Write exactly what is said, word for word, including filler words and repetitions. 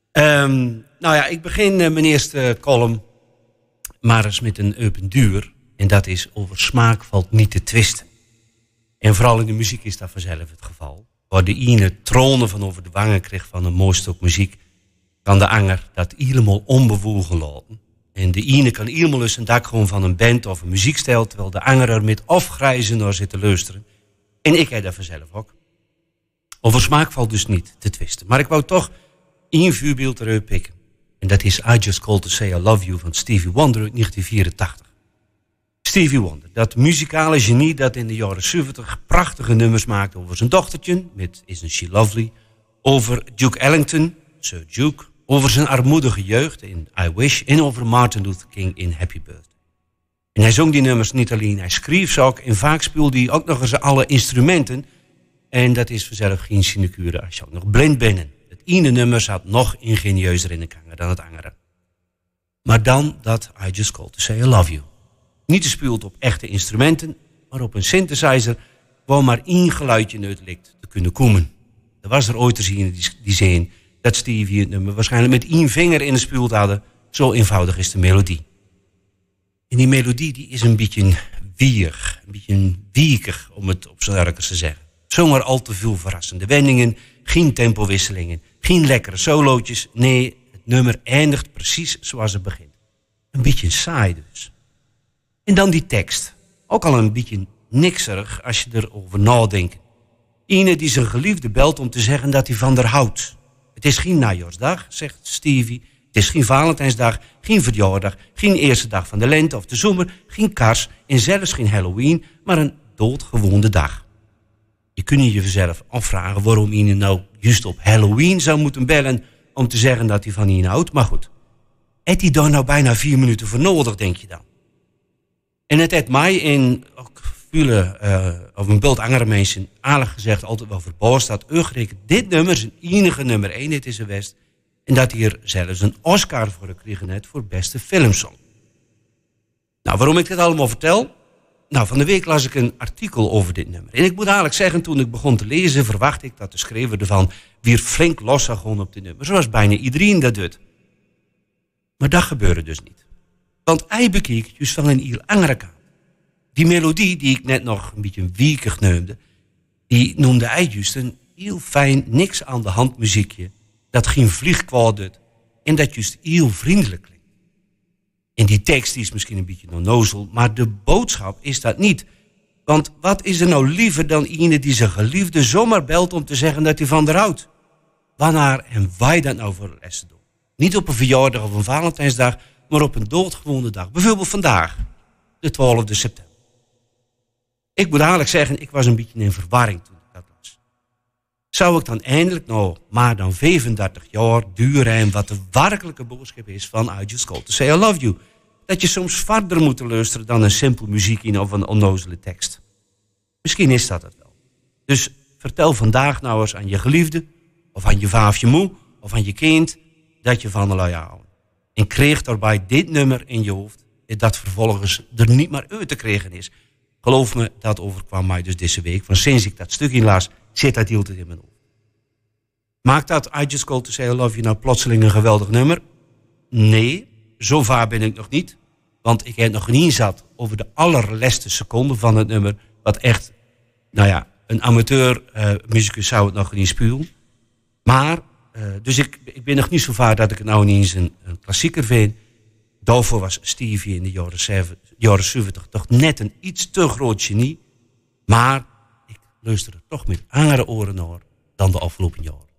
Um, nou ja, ik begin uh, mijn eerste column maar eens met een open duur. En dat is: over smaak valt niet te twisten. En vooral in de muziek is dat vanzelf het geval. Waar de ene tronen van over de wangen kreeg van een mooi stuk muziek, kan de ander dat helemaal onbewogen laten. En de ene kan helemaal eens een dak gewoon van een band of een muziekstijl, terwijl de ander er met afgrijzen naar zit te luisteren. En ik heb dat vanzelf ook. Over smaak valt dus niet te twisten. Maar ik wou toch één voorbeeld eruit pikken. En dat is I Just Called To Say I Love You van Stevie Wonder uit negentien vierentachtig. Stevie Wonder, dat muzikale genie dat in de jaren zeventig prachtige nummers maakte over zijn dochtertje, met Isn't She Lovely, over Duke Ellington, Sir Duke, over zijn armoedige jeugd in I Wish en over Martin Luther King in Happy Birthday. En hij zong die nummers niet alleen, hij schreef ze ook en vaak speelde hij ook nog eens alle instrumenten. En dat is vanzelf geen sinecure als je ook nog blind bent. Het ene nummer zat nog ingenieuzer in de kanger dan het andere. Maar dan dat I Just Called To Say I Love You. Niet gespeeld op echte instrumenten, maar op een synthesizer waar maar één geluidje uit lijkt te kunnen komen. Er was er ooit te zien die, die zeiden dat Stevie het nummer waarschijnlijk met één vinger in de speeld hadden. Zo eenvoudig is de melodie. En die melodie die is een beetje wier, een beetje wiekig om het op z'n ergers te zeggen. Zomaar al te veel verrassende wendingen, geen tempowisselingen, geen lekkere solootjes. Nee, het nummer eindigt precies zoals het begint. Een beetje saai dus. En dan die tekst. Ook al een beetje nikserig als je erover nadenkt. Ine die zijn geliefde belt om te zeggen dat hij van haar houdt. Het is geen najaarsdag, zegt Stevie. Het is geen Valentijnsdag, geen verjaardag, geen eerste dag van de lente of de zomer, geen kars en zelfs geen Halloween, maar een doodgewone dag. Je kunt je jezelf afvragen waarom Ine nou juist op Halloween zou moeten bellen om te zeggen dat hij van Ine houdt. Maar goed, heeft hij daar nou bijna vier minuten voor nodig, denk je dan? En het heeft mij en ook vele, uh, of een beeld andere mensen, aardig gezegd altijd wel verbaasd dat uitgerekend dit nummer zijn enige nummer één hit is geweest. En dat hij er zelfs een Oscar voor gekregen heeft voor beste filmsong. Nou, waarom ik dit allemaal vertel? Nou, van de week las ik een artikel over dit nummer. En ik moet eigenlijk zeggen, toen ik begon te lezen, verwacht ik dat de schrijver ervan weer flink los zou gaan op dit nummer. Zoals bijna iedereen dat doet. Maar dat gebeurde dus niet. Want hij bekeek juist van een heel andere kant. Die melodie die ik net nog een beetje wiekig noemde, die noemde hij juist een heel fijn, niks aan de hand muziekje. Dat geen vlieg kwaad doet. En dat juist heel vriendelijk klinkt. En die tekst die is misschien een beetje onnozel, maar de boodschap is dat niet. Want wat is er nou liever dan iemand die zijn geliefde zomaar belt om te zeggen dat hij van haar houdt? Wanneer en wij dat nou voor de rest doen? Niet op een verjaardag of een Valentijnsdag, maar op een doodgewone dag. Bijvoorbeeld vandaag, de twaalfde september. Ik moet eigenlijk zeggen, ik was een beetje in verwarring toen ik dat las. Zou ik dan eindelijk nou maar dan vijfendertig jaar duren wat de werkelijke boodschap is van I Just Called To Say I Love You? Dat je soms verder moet luisteren dan een simpel muziekje of een onnozele tekst. Misschien is dat het wel. Dus vertel vandaag nou eens aan je geliefde, of aan je vaafje moe, of aan je kind, dat je van haar houdt. En kreeg daarbij dit nummer in je hoofd, dat vervolgens er niet meer uit te krijgen is. Geloof me, dat overkwam mij dus deze week. Want sinds ik dat stukje las, zit dat altijd in mijn hoofd. Maakt dat I Just Called To Say I Love You nou plotseling een geweldig nummer? Nee, zo ver ben ik nog niet. Want ik heb nog niet zat over de allerlaatste seconden van het nummer. Wat echt, nou ja, een amateur uh, muzikus zou het nog niet spelen. Maar, uh, dus ik, ik ben nog niet zo ver dat ik het nou niet eens een, een klassieker vind. Daarvoor was Stevie in de jaren zeventig toch net een iets te groot genie. Maar ik luister er toch met andere oren naar dan de afgelopen jaren.